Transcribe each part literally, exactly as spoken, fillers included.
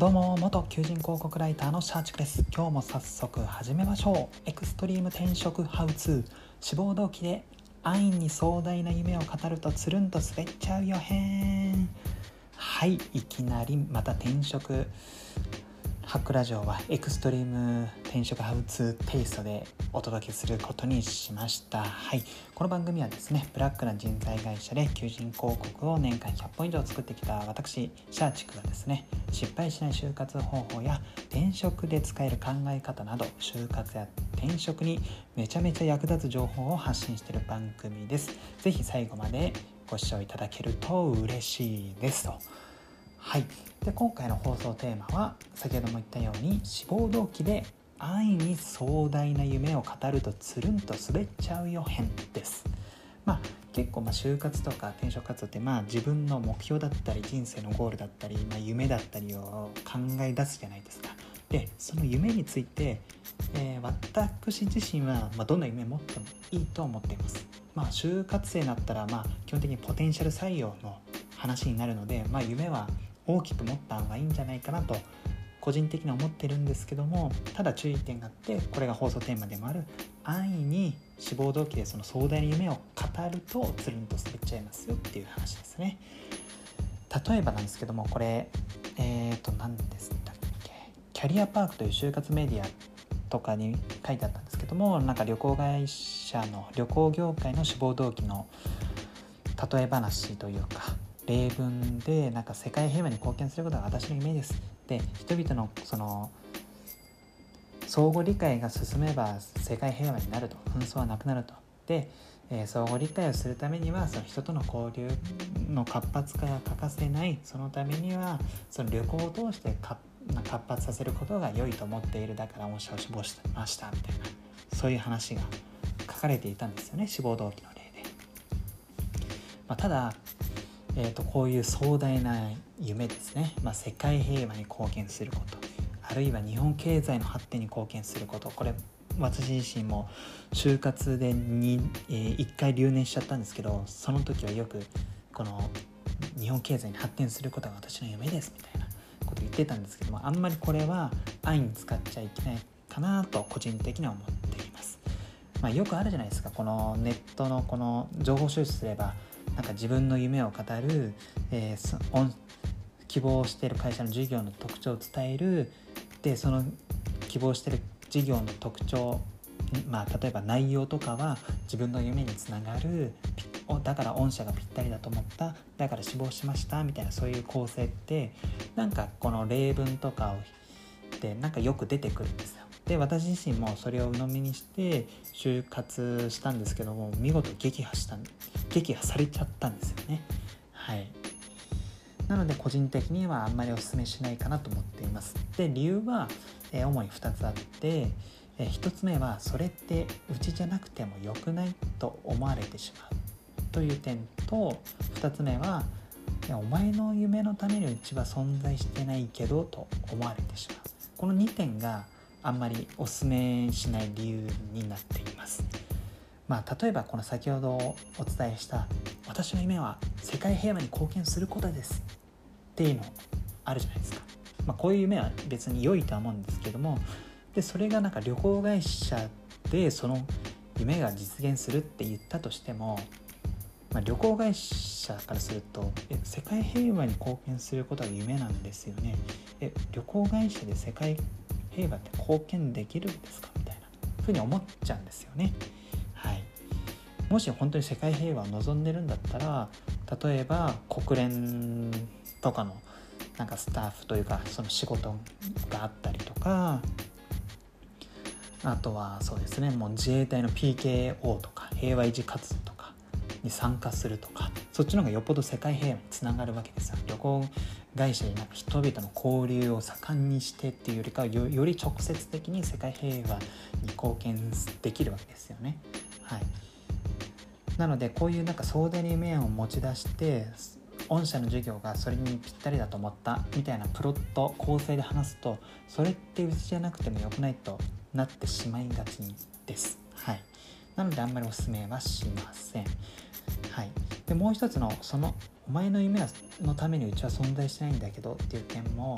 どうも元求人広告ライターのシャーチクです。今日も早速始めましょう。エクストリーム転職ハウツー、志望動機で安易に壮大な夢を語るとつるんと滑っちゃうよ編。はい、いきなりまた転職ハックラジオはエクストリーム転職ハウツーテイストでお届けすることにしました。はい、この番組はですね、ブラックな人材会社で求人広告を年間ひゃっぽん以上作ってきた私シャーチクがですね、失敗しない就活方法や転職で使える考え方など、就活や転職にめちゃめちゃ役立つ情報を発信している番組です。ぜひ最後までご視聴いただけると嬉しいですと。はい、で今回の放送テーマは先ほども言ったように、志望動機で安易に壮大な夢を語るとつるんと滑っちゃうよ編です。まあ結構まあ就活とか転職活動ってまあ自分の目標だったり人生のゴールだったり、まあ、夢だったりを考え出すじゃないですか。でその夢について、えー、私自身はまあどんな夢を持ってもいいと思っています。まあ就活生になったらまあ基本的にポテンシャル採用の話になるので、まあ夢は大きく持った方がいいんじゃないかなと個人的には思ってるんですけども、ただ注意点があって、これが放送テーマでもある安易に志望動機でその壮大な夢を語るとつるんと滑っちゃいますよっていう話ですね。例えばなんですけども、これえーと何ですかっけ、キャリアパークという就活メディアとかに書いてあったんですけども、なんか旅行会社の旅行業界の志望動機の例え話というか例文で、なんか世界平和に貢献することが私の夢です。で人々のその相互理解が進めば世界平和になると、紛争はなくなると。で、えー、相互理解をするためにはその人との交流の活発化が欠かせない。そのためにはその旅行を通して活発させることが良いと思っている。だから御社を志望しましたみたいな、そういう話が書かれていたんですよね、志望動機の例で。まあ、ただえー、とこういう壮大な夢ですね、まあ、世界平和に貢献すること、あるいは日本経済の発展に貢献すること、これ私自身も就活でに、えー、いっかい留年しちゃったんですけど、その時はよくこの日本経済に発展することが私の夢ですみたいなこと言ってたんですけども、あんまりこれは安易に使っちゃいけないかなと個人的には思っています。まあ、よくあるじゃないですか、このネットのこの情報収集すればなんか自分の夢を語る、えー、希望している会社の事業の特徴を伝える。でその希望している事業の特徴、まあ、例えば内容とかは自分の夢につながる、だから御社がぴったりだと思った、だから志望しましたみたいな、そういう構成ってなんかこの例文とかでなんかよく出てくるんですよ。で私自身もそれを鵜呑みにして就活したんですけども、見事撃破した撃破されちゃったんですよね。はい。なので個人的にはあんまりお勧めしないかなと思っています。で理由は、えー、主にふたつあって、えー、ひとつめはそれってうちじゃなくてもよくないと思われてしまうという点と、ふたつめはお前の夢のためにうちは存在してないけどと思われてしまう。このにてんがあんまりお勧めしない理由になっています。まあ、例えばこの先ほどお伝えした私の夢は世界平和に貢献することですっていうのあるじゃないですか。まあ、こういう夢は別に良いとは思うんですけども、でそれがなんか旅行会社でその夢が実現するって言ったとしても、まあ、旅行会社からするとえ世界平和に貢献することが夢なんですよね。え旅行会社で世界平和って貢献できるんですかみたいなふうに思っちゃうんですよね。はい、もし本当に世界平和を望んでるんだったら、例えば国連とかのなんかスタッフというかその仕事があったりとか、あとはそうですね、もう自衛隊の ピーケーオー とか平和維持活動とかに参加するとか、そっちの方がよっぽど世界平和につながるわけですよ。旅行会社になんか人々の交流を盛んにしてっていうよりかは よ, より直接的に世界平和に貢献できるわけですよね。はい、なのでこういうなんか壮大な夢を持ち出して御社の授業がそれにぴったりだと思ったみたいなプロット構成で話すと、それってうちじゃなくてもよくないとなってしまいがちです。はい、なのであんまりお勧めはしません。はい、でもう一つのそのお前の夢のためにうちは存在しないんだけどっていう点も、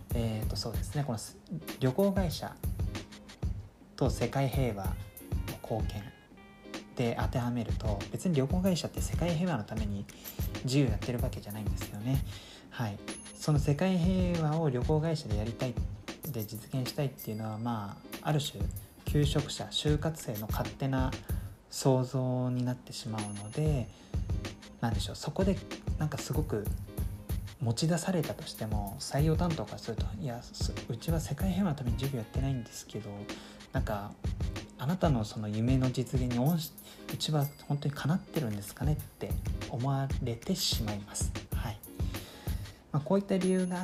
えーとそうですね、この旅行会社と世界平和の貢献で当てはめると、別に旅行会社って世界平和のために自由やってるわけじゃないんですよね。はい、その世界平和を旅行会社でやりたいで実現したいっていうのは、まあある種求職者就活生の勝手な想像になってしまうので、なんでしょう、そこでなんかすごく持ち出されたとしても、採用担当からすると、いやうちは世界平和のために授業やってないんですけど、なんかあなたのその夢の実現にうちは本当にかなってるんですかねって思われてしまいます。はい、まあ、こういった理由があって、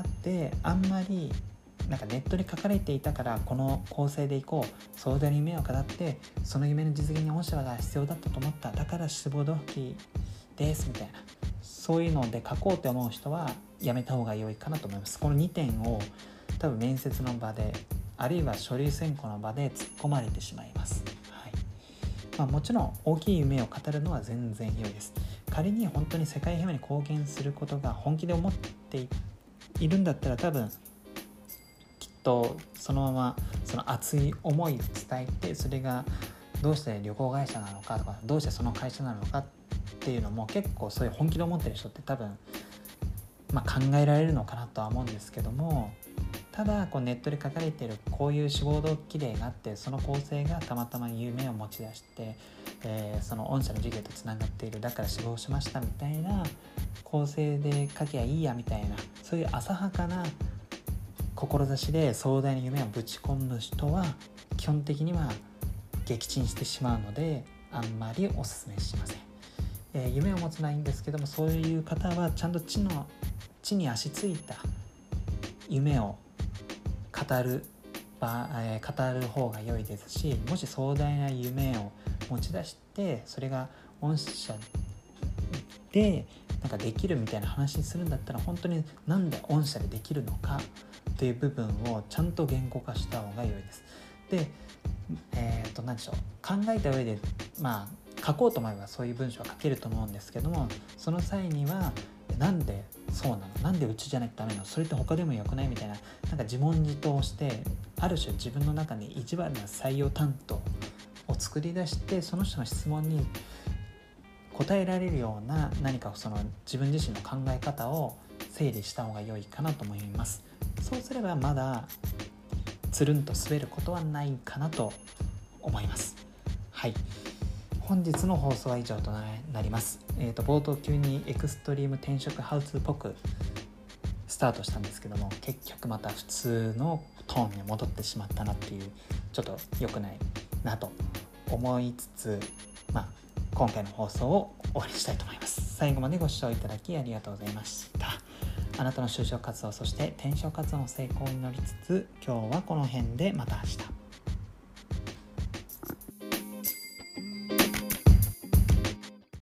あんまりなんかネットに書かれていたからこの構成でいこう、壮大な夢を語ってその夢の実現に御社が必要だったと思った、だから志望動機ですみたいな、そういうので書こうって思う人はやめた方が良いかなと思います。このにてんを多分面接の場で、あるいは書類選考の場で突っ込まれてしまいます。はい、まあ、もちろん大きい夢を語るのは全然良いです。仮に本当に世界平和に貢献することが本気で思っているんだったら、多分きっとそのままその熱い思いを伝えて、それがどうして旅行会社なのかとか、どうしてその会社なのかっていうのも結構そういう本気で思ってる人って多分、まあ、考えられるのかなとは思うんですけども、ただこうネットで書かれているこういう志望動機例があって、その構成がたまたま夢を持ち出して、えー、その御社の授業とつながっている、だから志望しましたみたいな構成で書けばいいやみたいな、そういう浅はかな志で壮大な夢をぶち込む人は基本的には撃沈してしまうので、あんまりお勧めしません。えー、夢を持つのはいいんですけども、そういう方はちゃんと地の地に足ついた夢を語る場、えー、語る方が良いですし、もし壮大な夢を持ち出してそれが御社でなんかできるみたいな話にするんだったら、本当になんで御社でできるのかという部分をちゃんと言語化した方が良いです。で、えー、と何でしょう、考えた上でまあ書こうと思えばそういう文章は書けると思うんですけども、その際にはなんでそうなの、なんでうちじゃないとダメなの、それって他でもよくないみたいな、なんか自問自答して、ある種自分の中に一番の採用担当を作り出して、その人の質問に答えられるような何かその自分自身の考え方を整理した方が良いかなと思います。そうすればまだつるんと滑ることはないかなと思います。はい、本日の放送は以上となります。えーと、冒頭急にエクストリーム転職ハウツーっぽくスタートしたんですけども、結局また普通のトーンに戻ってしまったなっていう、ちょっと良くないなと思いつつ、まあ今回の放送を終わりにしたいと思います。最後までご視聴いただきありがとうございました。あなたの就職活動、そして転職活動の成功を祈りつつ、今日はこの辺で、また明日。